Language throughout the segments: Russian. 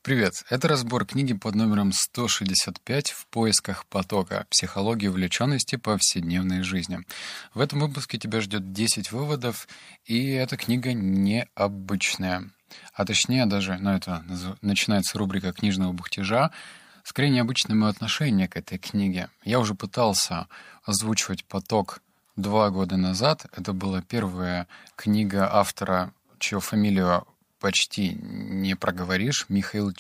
Привет! Это разбор книги под номером 165 «В поисках потока. Психология увлеченности повседневной жизни». В этом выпуске тебя ждет 10 выводов, и эта книга необычная. А точнее даже, начинается рубрика книжного бухтежа, скорее необычное мое отношение к этой книге. Я уже пытался озвучивать «Поток» 2 года назад. Это была первая книга автора, чью фамилию почти не проговоришь, Михаил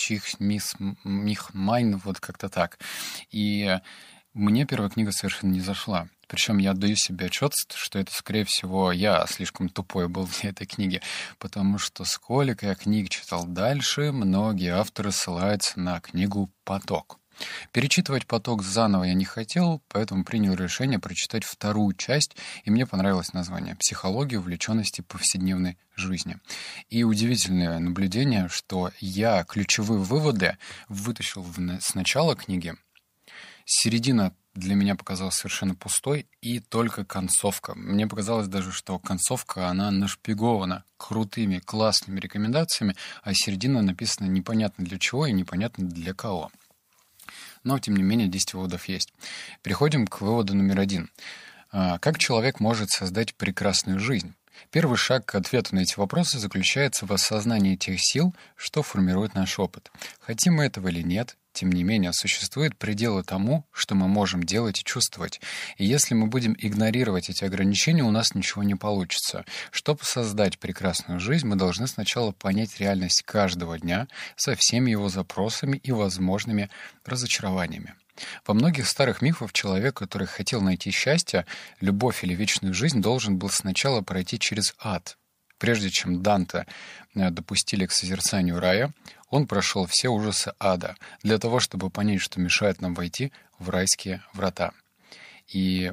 Михмайн, вот как-то так. И мне первая книга совершенно не зашла. Причем я отдаю себе отчет, что это, скорее всего, я слишком тупой был для этой книги, потому что сколько я книг читал дальше, многие авторы ссылаются на книгу «Поток». Перечитывать «Поток» заново я не хотел, поэтому принял решение прочитать вторую часть, и мне понравилось название «Психология увлеченности повседневной жизни». И удивительное наблюдение, что я ключевые выводы вытащил с начала книги. Середина для меня показалась совершенно пустой, и только концовка. Мне показалось даже, что концовка, она нашпигована крутыми, классными рекомендациями, а середина написана непонятно для чего и непонятно для кого. Но, тем не менее, 10 выводов есть. Переходим к выводу номер 1. Как человек может создать прекрасную жизнь? Первый шаг к ответу на эти вопросы заключается в осознании тех сил, что формирует наш опыт. Хотим мы этого или нет, тем не менее, существуют пределы тому, что мы можем делать и чувствовать. И если мы будем игнорировать эти ограничения, у нас ничего не получится. Чтобы создать прекрасную жизнь, мы должны сначала понять реальность каждого дня со всеми его запросами и возможными разочарованиями. Во многих старых мифах человек, который хотел найти счастье, любовь или вечную жизнь, должен был сначала пройти через ад. Прежде чем Данте допустили к созерцанию рая, он прошел все ужасы ада для того, чтобы понять, что мешает нам войти в райские врата. И,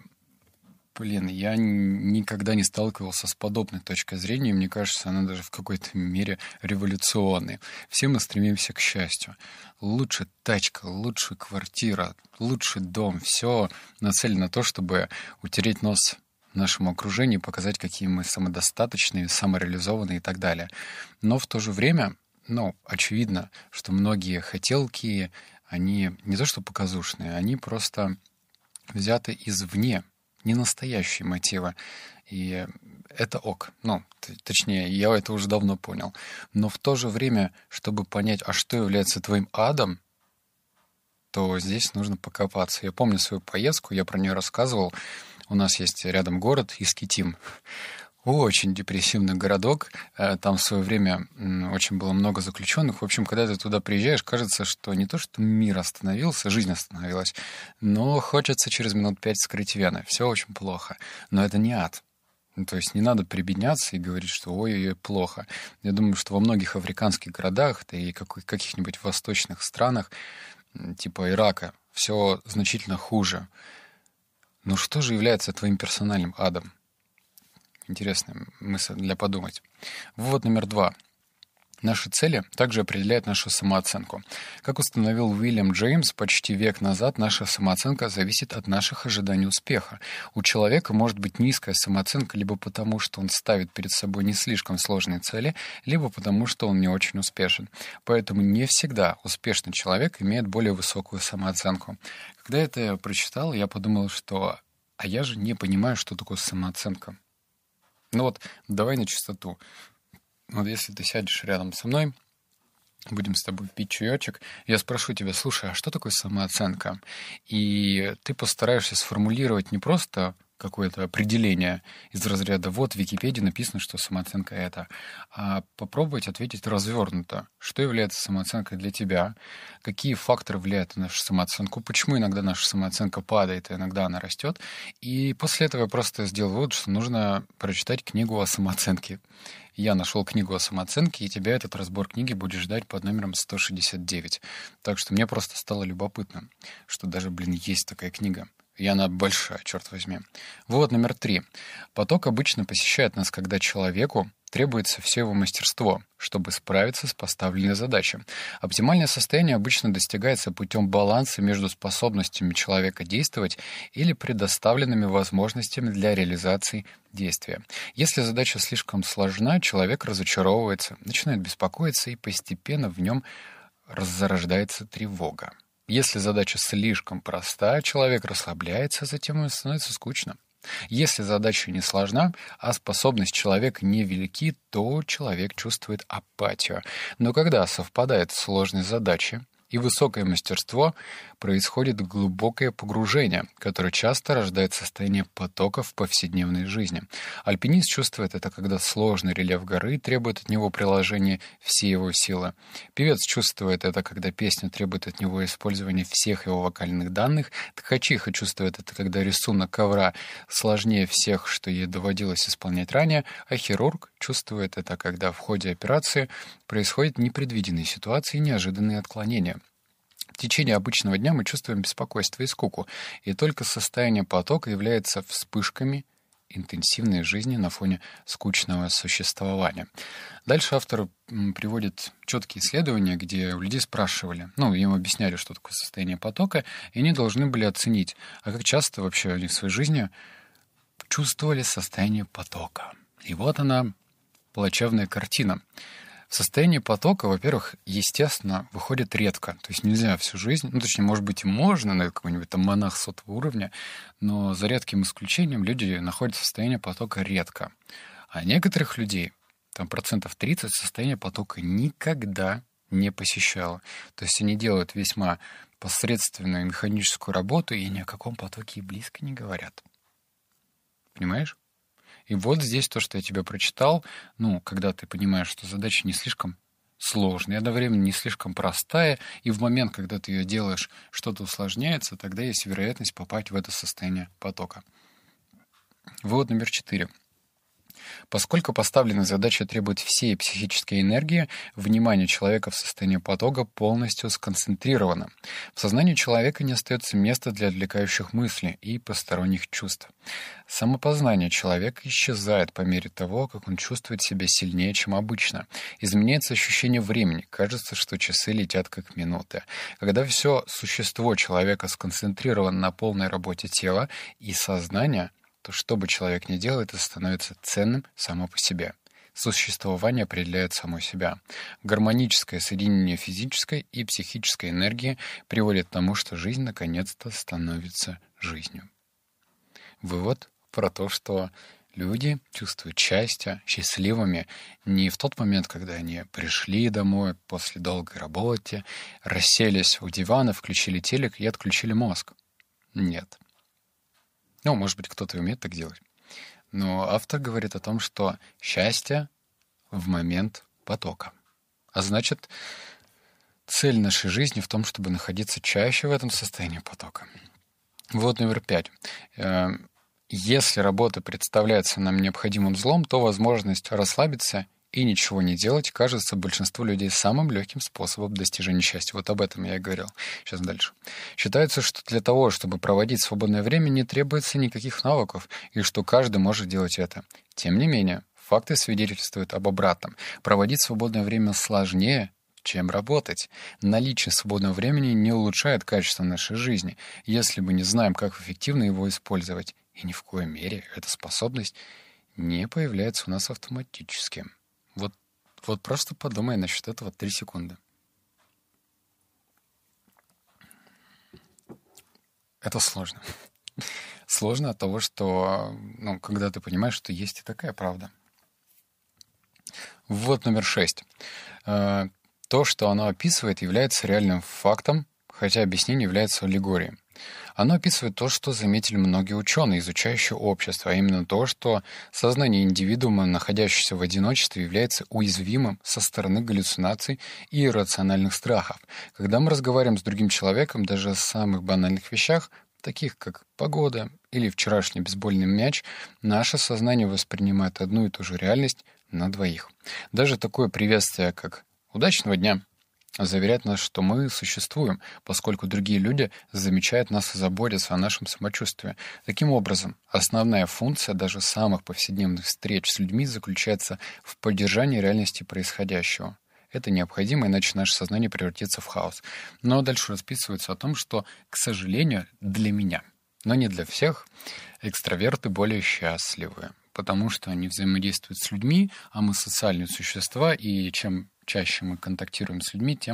я никогда не сталкивался с подобной точкой зрения, и мне кажется, она даже в какой-то мере революционной. Все мы стремимся к счастью. Лучше тачка, лучше квартира, лучший дом. Все нацелено на то, чтобы утереть нос нашему окружению, показать, какие мы самодостаточные, самореализованные и так далее. Но в то же время, очевидно, что многие хотелки, они не то что показушные, они просто взяты извне, не настоящие мотивы. И это ок. Точнее, я это уже давно понял. Но в то же время, чтобы понять, а что является твоим адом, то здесь нужно покопаться. Я помню свою поездку, я про нее рассказывал. У нас есть рядом город Искитим. Очень депрессивный городок. Там в свое время очень было много заключенных. В общем, когда ты туда приезжаешь, кажется, что не то, что мир остановился, жизнь остановилась, но хочется через минут 5 скрыть вены. Все очень плохо. Но это не ад. То есть не надо прибедняться и говорить, что ой-ой-ой, плохо. Я думаю, что во многих африканских городах, да и каких-нибудь восточных странах, типа Ирака, все значительно хуже. Но что же является твоим персональным адом? Интересная мысль для подумать. Вывод номер 2. Наши цели также определяют нашу самооценку. Как установил Уильям Джеймс почти век назад, наша самооценка зависит от наших ожиданий успеха. У человека может быть низкая самооценка либо потому, что он ставит перед собой не слишком сложные цели, либо потому, что он не очень успешен. Поэтому не всегда успешный человек имеет более высокую самооценку. Когда это я прочитал, я подумал, что а я же не понимаю, что такое самооценка. Давай на чистоту. Если ты сядешь рядом со мной, будем с тобой пить чаечек, я спрошу тебя, слушай, а что такое самооценка? И ты постараешься сформулировать не просто какое-то определение из разряда «вот в Википедии написано, что самооценка это», а попробовать ответить развернуто. Что является самооценкой для тебя? Какие факторы влияют на нашу самооценку? Почему иногда наша самооценка падает, а иногда она растет? И после этого я просто сделал вывод, что нужно прочитать книгу о самооценке. Я нашел книгу о самооценке, и тебя этот разбор книги будет ждать под номером 169. Так что мне просто стало любопытно, что даже, есть такая книга. И она большая, черт возьми. Вывод номер 3. Поток обычно посещает нас, когда человеку требуется все его мастерство, чтобы справиться с поставленной задачей. Оптимальное состояние обычно достигается путем баланса между способностями человека действовать или предоставленными возможностями для реализации действия. Если задача слишком сложна, человек разочаровывается, начинает беспокоиться и постепенно в нем зарождается тревога. Если задача слишком проста, человек расслабляется, а затем ему становится скучно. Если задача не сложна, а способность человека невелики, то человек чувствует апатию. Но когда совпадает сложность задачи и высокое мастерство, происходит глубокое погружение, которое часто рождает состояние потока в повседневной жизни. Альпинист чувствует это, когда сложный рельеф горы требует от него приложения всей его силы. Певец чувствует это, когда песня требует от него использования всех его вокальных данных. Ткачиха чувствует это, когда рисунок ковра сложнее всех, что ей доводилось исполнять ранее, а хирург чувствует это, когда в ходе операции происходят непредвиденные ситуации и неожиданные отклонения. В течение обычного дня мы чувствуем беспокойство и скуку, и только состояние потока является вспышками интенсивной жизни на фоне скучного существования. Дальше автор приводит четкие исследования, где у людей спрашивали, им объясняли, что такое состояние потока, и они должны были оценить, а как часто вообще они в своей жизни чувствовали состояние потока. И вот она, плачевная картина. В состоянии потока, во-первых, естественно, выходит редко. То есть нельзя всю жизнь, точнее, может быть, и можно, на какой-нибудь там монах сотого уровня, но за редким исключением люди находятся в состоянии потока редко. А некоторых людей, там 30% состояние потока никогда не посещало. То есть они делают весьма посредственную механическую работу и ни о каком потоке и близко не говорят. Понимаешь? И вот здесь то, что я тебе прочитал, когда ты понимаешь, что задача не слишком сложная, одновременно не слишком простая, и в момент, когда ты ее делаешь, что-то усложняется, тогда есть вероятность попасть в это состояние потока. Вывод номер 4. Поскольку поставленная задача требует всей психической энергии, внимание человека в состоянии потока полностью сконцентрировано. В сознании человека не остается места для отвлекающих мыслей и посторонних чувств. Самопознание человека исчезает по мере того, как он чувствует себя сильнее, чем обычно. Изменяется ощущение времени. Кажется, что часы летят как минуты. Когда все существо человека сконцентрировано на полной работе тела и сознания, то что бы человек ни делал, это становится ценным само по себе. Существование определяет само себя. Гармоническое соединение физической и психической энергии приводит к тому, что жизнь наконец-то становится жизнью. Вывод про то, что люди чувствуют счастье счастливыми не в тот момент, когда они пришли домой после долгой работы, расселись у дивана, включили телек и отключили мозг. Нет. Может быть, кто-то умеет так делать. Но автор говорит о том, что счастье в момент потока. А значит, цель нашей жизни в том, чтобы находиться чаще в этом состоянии потока. Вот номер 5. Если работа представляется нам необходимым злом, то возможность расслабиться и ничего не делать кажется большинству людей самым легким способом достижения счастья. Вот об этом я и говорил. Сейчас дальше. Считается, что для того, чтобы проводить свободное время, не требуется никаких навыков, и что каждый может делать это. Тем не менее, факты свидетельствуют об обратном. Проводить свободное время сложнее, чем работать. Наличие свободного времени не улучшает качество нашей жизни, если мы не знаем, как эффективно его использовать. И ни в коей мере эта способность не появляется у нас автоматически. Вот просто подумай насчет этого 3 секунды. Это сложно. Сложно от того, что, когда ты понимаешь, что есть и такая правда. Вот номер 6. То, что оно описывает, является реальным фактом, хотя объяснение является аллегорией. Оно описывает то, что заметили многие ученые, изучающие общество, а именно то, что сознание индивидуума, находящегося в одиночестве, является уязвимым со стороны галлюцинаций и иррациональных страхов. Когда мы разговариваем с другим человеком даже о самых банальных вещах, таких как погода или вчерашний бейсбольный мяч, наше сознание воспринимает одну и ту же реальность на двоих. Даже такое приветствие, как «удачного дня», заверяет нас, что мы существуем, поскольку другие люди замечают нас и заботятся о нашем самочувствии. Таким образом, основная функция даже самых повседневных встреч с людьми заключается в поддержании реальности происходящего. Это необходимо, иначе наше сознание превратится в хаос. Но дальше расписывается о том, что, к сожалению, для меня, но не для всех, экстраверты более счастливы, потому что они взаимодействуют с людьми, а мы социальные существа, и чем чаще мы контактируем с людьми, тем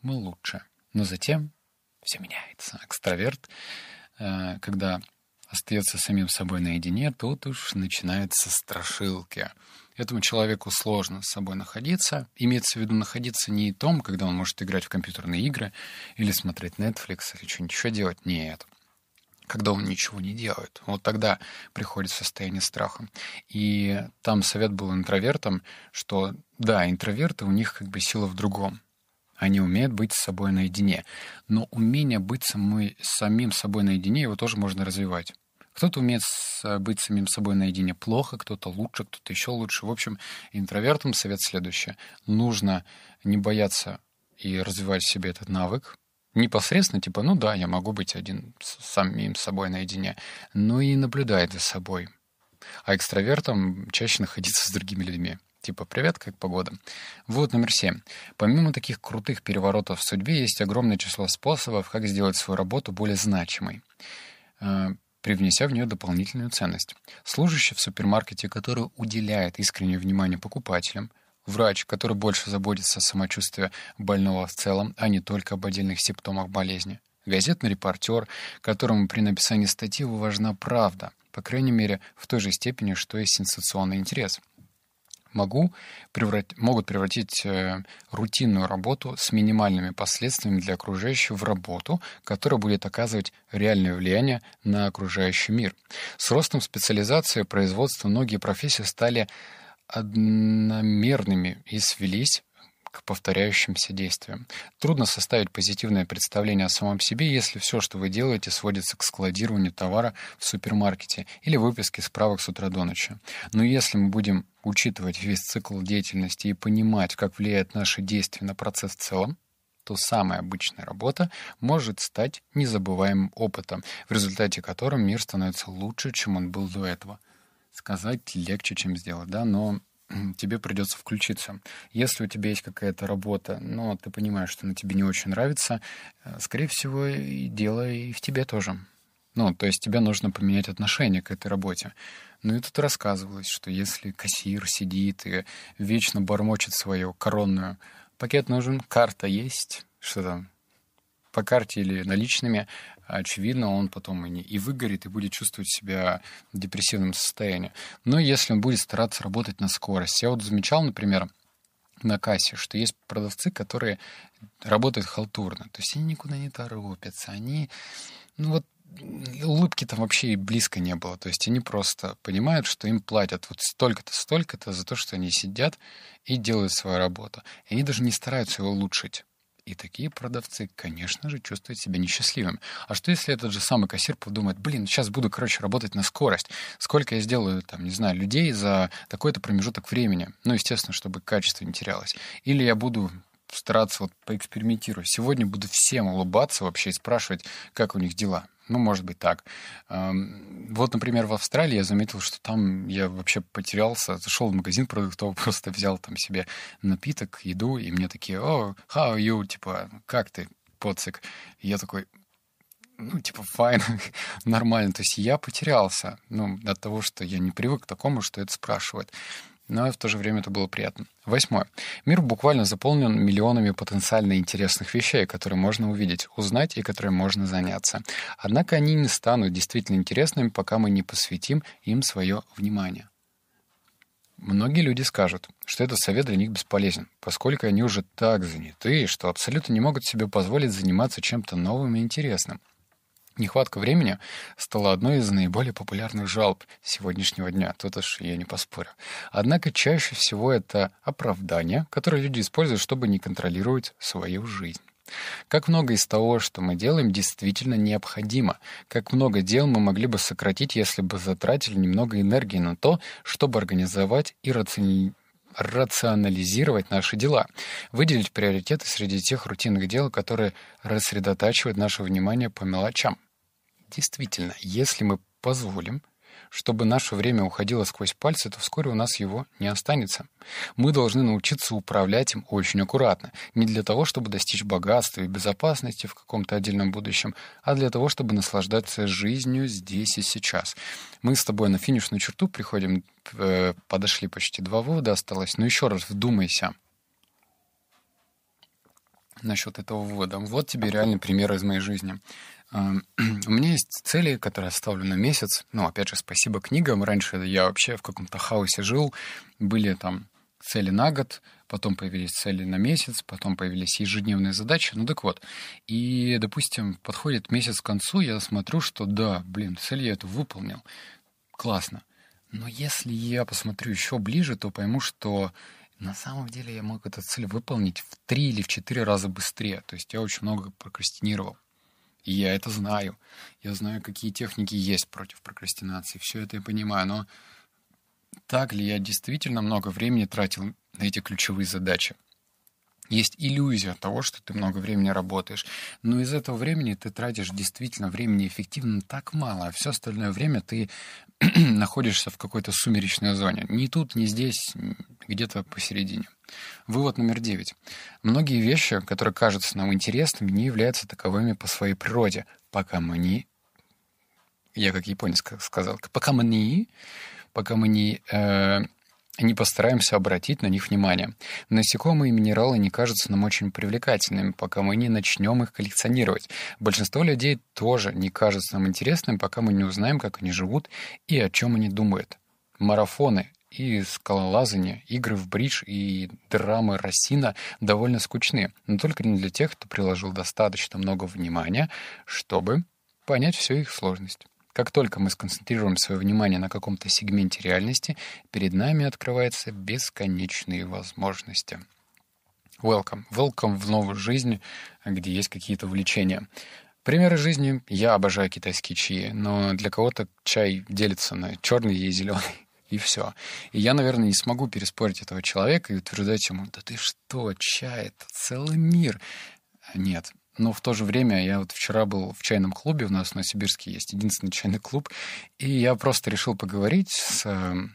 мы лучше. Но затем все меняется. Экстраверт, когда остается самим собой наедине, тут уж начинаются страшилки. Этому человеку сложно с собой находиться. Имеется в виду находиться не в том, когда он может играть в компьютерные игры или смотреть Netflix или что-нибудь еще делать. Нет. Когда он ничего не делает. Вот тогда приходит состояние страха. И там совет был интровертам, что да, интроверты, у них как бы сила в другом. Они умеют быть с собой наедине. Но умение быть самим собой наедине, его тоже можно развивать. Кто-то умеет быть самим собой наедине плохо, кто-то лучше, кто-то еще лучше. В общем, интровертам совет следующий. Нужно не бояться и развивать в себе этот навык. Непосредственно, типа, ну да, я могу быть один с самим собой наедине, но и наблюдать за собой. А экстравертам чаще находиться с другими людьми. Типа, привет, как погода? Вывод номер 7. Помимо таких крутых переворотов в судьбе, есть огромное число способов, как сделать свою работу более значимой, привнеся в нее дополнительную ценность. Служащий в супермаркете, который уделяет искреннее внимание покупателям, врач, который больше заботится о самочувствии больного в целом, а не только об отдельных симптомах болезни. Газетный репортер, которому при написании статьи важна правда, по крайней мере, в той же степени, что и сенсационный интерес. Могут превратить рутинную работу с минимальными последствиями для окружающих в работу, которая будет оказывать реальное влияние на окружающий мир. С ростом специализации и производства многие профессии стали одномерными и свелись к повторяющимся действиям. Трудно составить позитивное представление о самом себе, если все, что вы делаете, сводится к складированию товара в супермаркете или выписке справок с утра до ночи. Но если мы будем учитывать весь цикл деятельности и понимать, как влияет наши действия на процесс в целом, то самая обычная работа может стать незабываемым опытом, в результате которого мир становится лучше, чем он был до этого. Сказать легче, чем сделать, да, но тебе придется включиться. Если у тебя есть какая-то работа, но ты понимаешь, что она тебе не очень нравится, скорее всего, и дело и в тебе тоже. Ну, то есть тебе нужно поменять отношение к этой работе. Ну и тут рассказывалось, что если кассир сидит и вечно бормочет свою коронную, пакет нужен, карта есть, что там, по карте или наличными, очевидно, он потом и выгорит, и будет чувствовать себя в депрессивном состоянии. Но если он будет стараться работать на скорость. Я вот замечал, например, на кассе, что есть продавцы, которые работают халтурно. То есть они никуда не торопятся. Они, улыбки там вообще и близко не было. То есть они просто понимают, что им платят вот столько-то, столько-то за то, что они сидят и делают свою работу. И они даже не стараются его улучшить. И такие продавцы, конечно же, чувствуют себя несчастливыми. А что если этот же самый кассир подумает, сейчас буду, работать на скорость. Сколько я сделаю, людей за такой-то промежуток времени. Ну, естественно, чтобы качество не терялось. Или я буду стараться поэкспериментировать. Сегодня буду всем улыбаться вообще и спрашивать, как у них дела. Ну, может быть, так. Вот, например, в Австралии я заметил, что там я вообще потерялся, зашел в магазин продуктовый, просто взял там себе напиток, еду, и мне такие, how are you, как ты, поцик? И я такой, fine, нормально. То есть я потерялся, от того, что я не привык к такому, что это спрашивают. Но в то же время это было приятно. 8. Мир буквально заполнен миллионами потенциально интересных вещей, которые можно увидеть, узнать и которые можно заняться. Однако они не станут действительно интересными, пока мы не посвятим им свое внимание. Многие люди скажут, что этот совет для них бесполезен, поскольку они уже так заняты, что абсолютно не могут себе позволить заниматься чем-то новым и интересным. Нехватка времени стала одной из наиболее популярных жалоб сегодняшнего дня. Тут уж я не поспорю. Однако чаще всего это оправдание, которое люди используют, чтобы не контролировать свою жизнь. Как много из того, что мы делаем, действительно необходимо. Как много дел мы могли бы сократить, если бы затратили немного энергии на то, чтобы организовать и рационализировать наши дела, выделить приоритеты среди тех рутинных дел, которые рассредотачивают наше внимание по мелочам. Действительно, если мы позволим, чтобы наше время уходило сквозь пальцы, то вскоре у нас его не останется. Мы должны научиться управлять им очень аккуратно. Не для того, чтобы достичь богатства и безопасности в каком-то отдельном будущем, а для того, чтобы наслаждаться жизнью здесь и сейчас. Мы с тобой на финишную черту приходим, подошли почти 2 вывода осталось, но еще раз вдумайся. насчет этого вывода. Вот тебе реальный пример из моей жизни. У меня есть цели, которые я ставлю на месяц. Ну, опять же, спасибо книгам. Раньше я вообще в каком-то хаосе жил. Были там цели на год, потом появились цели на месяц, потом появились ежедневные задачи. Ну так вот. И, допустим, подходит месяц к концу, я смотрю, что да, цель я эту выполнил. Классно. Но если я посмотрю еще ближе, то пойму, что на самом деле я мог эту цель выполнить в 3 или в 4 раза быстрее. То есть я очень много прокрастинировал. И я это знаю. Я знаю, какие техники есть против прокрастинации. Все это я понимаю. Но так ли я действительно много времени тратил на эти ключевые задачи? Есть иллюзия того, что ты много времени работаешь. Но из этого времени ты тратишь действительно времени эффективно так мало, а все остальное время ты находишься в какой-то сумеречной зоне. Ни тут, ни здесь, где-то посередине. Вывод номер 9. Многие вещи, которые кажутся нам интересными, не являются таковыми по своей природе, пока мы не... Я как японец сказал. Пока мы не постараемся обратить на них внимание. Насекомые и минералы не кажутся нам очень привлекательными, пока мы не начнем их коллекционировать. Большинство людей тоже не кажутся нам интересными, пока мы не узнаем, как они живут и о чем они думают. Марафоны и скалолазание, игры в бридж и драмы Рассина довольно скучны, но только не для тех, кто приложил достаточно много внимания, чтобы понять всю их сложность. Как только мы сконцентрируем свое внимание на каком-то сегменте реальности, перед нами открываются бесконечные возможности. Welcome в новую жизнь, где есть какие-то увлечения. Примеры жизни. Я обожаю китайские чаи, но для кого-то чай делится на черный и зеленый. И все. И я, наверное, не смогу переспорить этого человека и утверждать ему: да ты что, чай — это целый мир. Нет. Но в то же время я вот вчера был в чайном клубе, у нас в Новосибирске есть единственный чайный клуб, и я просто решил поговорить с...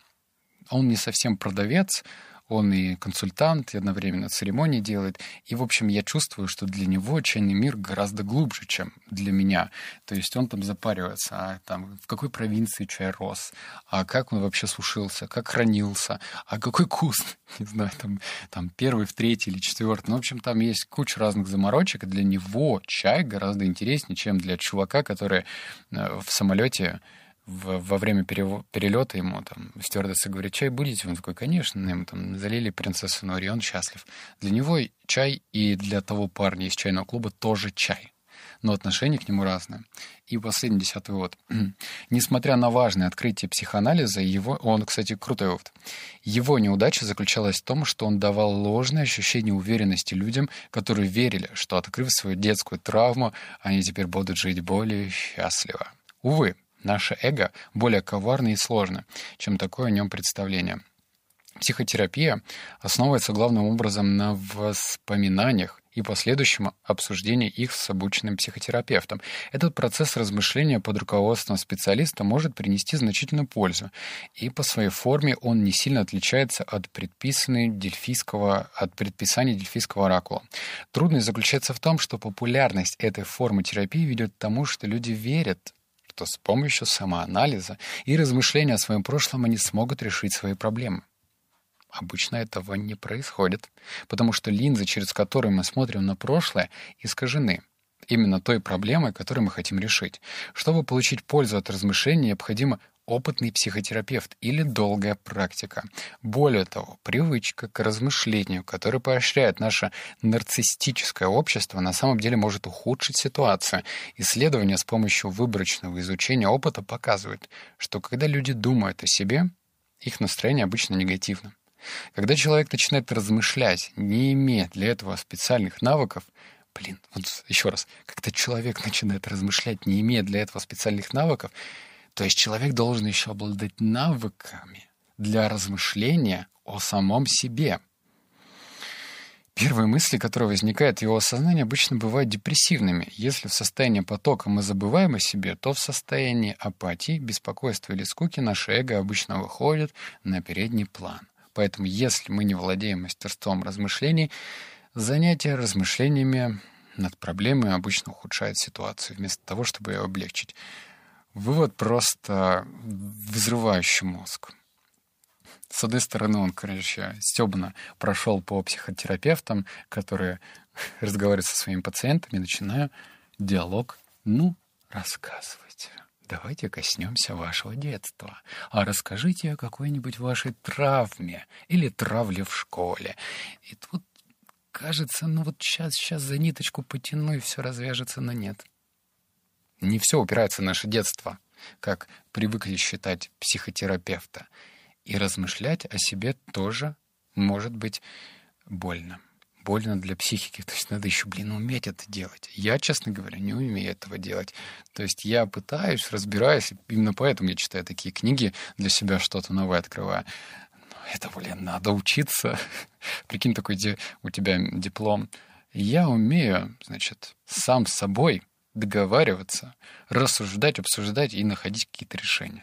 Он не совсем продавец, он и консультант, и одновременно церемонии делает. И, в общем, я чувствую, что для него чайный мир гораздо глубже, чем для меня. То есть он там запаривается, а там в какой провинции чай рос, а как он вообще сушился, как хранился, а какой куст, не знаю, там первый, в третий или четвертый. Ну, в общем, там есть куча разных заморочек, и для него чай гораздо интереснее, чем для чувака, который в самолете во время перелета ему там стюардесса говорит: чай будете? Он такой: конечно. Ему там залили принцессу Нури, он счастлив. Для него чай и для того парня из чайного клуба тоже чай. Но отношение к нему разное. И последний 10-й вывод. Несмотря на важное открытие психоанализа, он, кстати, крутой вывод. Его неудача заключалась в том, что он давал ложное ощущение уверенности людям, которые верили, что, открыв свою детскую травму, они теперь будут жить более счастливо. Увы. Наше эго более коварно и сложно, чем такое о нем представление. Психотерапия основывается главным образом на воспоминаниях и последующем обсуждении их с обученным психотерапевтом. Этот процесс размышления под руководством специалиста может принести значительную пользу, и по своей форме он не сильно отличается от предписания дельфийского оракула. Трудность заключается в том, что популярность этой формы терапии ведет к тому, что люди верят, что с помощью самоанализа и размышления о своем прошлом они смогут решить свои проблемы. Обычно этого не происходит, потому что линзы, через которые мы смотрим на прошлое, искажены именно той проблемой, которую мы хотим решить. Чтобы получить пользу от размышлений, необходимо опытный психотерапевт или долгая практика. Более того, привычка к размышлению, которая поощряет наше нарциссическое общество, на самом деле может ухудшить ситуацию. Исследования с помощью выборочного изучения опыта показывают, что когда люди думают о себе, их настроение обычно негативно. Когда человек начинает размышлять, не имея для этого специальных навыков, еще раз, когда человек начинает размышлять, не имея для этого специальных навыков, то есть человек должен еще обладать навыками для размышления о самом себе. Первые мысли, которые возникают в его сознании, обычно бывают депрессивными. Если в состоянии потока мы забываем о себе, то в состоянии апатии, беспокойства или скуки наше эго обычно выходит на передний план. Поэтому, если мы не владеем мастерством размышлений, занятие размышлениями над проблемой обычно ухудшает ситуацию, вместо того, чтобы ее облегчить. Вывод просто взрывающий мозг. С одной стороны, он, стёбно прошел по психотерапевтам, которые разговаривать со своими пациентами, начинаю диалог. Рассказывайте. Давайте коснемся вашего детства. А расскажите о какой-нибудь вашей травме или травле в школе. И тут кажется, сейчас за ниточку потяну, и все развяжется, но нет. Не все упирается в наше детство, как привыкли считать психотерапевта. И размышлять о себе тоже может быть больно. Больно для психики. То есть надо еще, уметь это делать. Я, честно говоря, не умею этого делать. То есть я пытаюсь, разбираюсь, именно поэтому я читаю такие книги, для себя что-то новое открываю. Но это, надо учиться. Прикинь, такой у тебя диплом. Я умею, сам с собой договариваться, рассуждать, обсуждать и находить какие-то решения.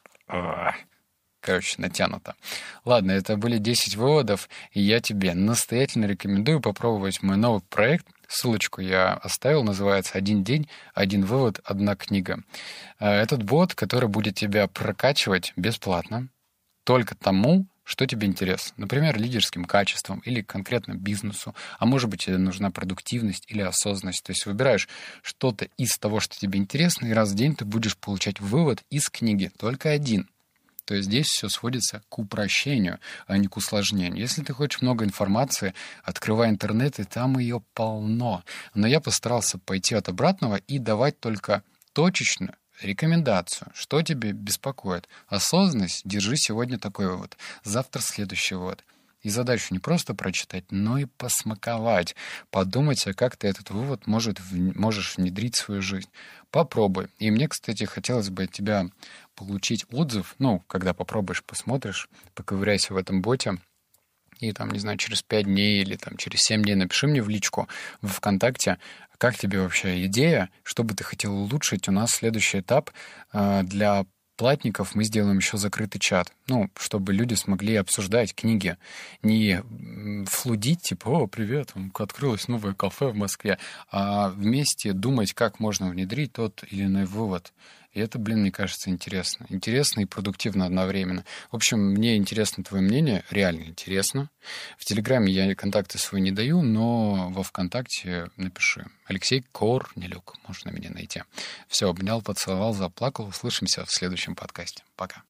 Натянуто. Ладно, это были 10 выводов, и я тебе настоятельно рекомендую попробовать мой новый проект. Ссылочку я оставил, называется «1 день, 1 вывод, 1 книга». Этот бот, который будет тебя прокачивать бесплатно, только тому, что тебе интересно. Например, лидерским качествам или конкретно бизнесу. А может быть, тебе нужна продуктивность или осознанность. То есть выбираешь что-то из того, что тебе интересно, и раз в день ты будешь получать вывод из книги. Только один. То есть здесь все сводится к упрощению, а не к усложнению. Если ты хочешь много информации, открывай интернет, и там ее полно. Но я постарался пойти от обратного и давать только точечную рекомендацию, что тебе беспокоит. Осознанность, держи сегодня такой вывод, завтра следующий вывод. И задачу не просто прочитать, но и посмаковать, подумать, а как ты этот вывод можешь внедрить в свою жизнь. Попробуй. И мне, кстати, хотелось бы от тебя получить отзыв, когда попробуешь, посмотришь, поковыряйся в этом боте, и через 5 дней или через 7 дней напиши мне в личку в ВКонтакте, как тебе вообще идея, что бы ты хотел улучшить. У нас следующий этап для платников мы сделаем еще закрытый чат, чтобы люди смогли обсуждать книги, не флудить, «О, привет, открылось новое кафе в Москве», а вместе думать, как можно внедрить тот или иной вывод. И это, мне кажется, интересно. Интересно и продуктивно одновременно. В общем, мне интересно твое мнение, реально интересно. В Телеграме я контакты свои не даю, но во ВКонтакте напиши. Алексей Корнелюк, можно меня найти. Все, обнял, поцеловал, заплакал. Услышимся в следующем подкасте. Пока.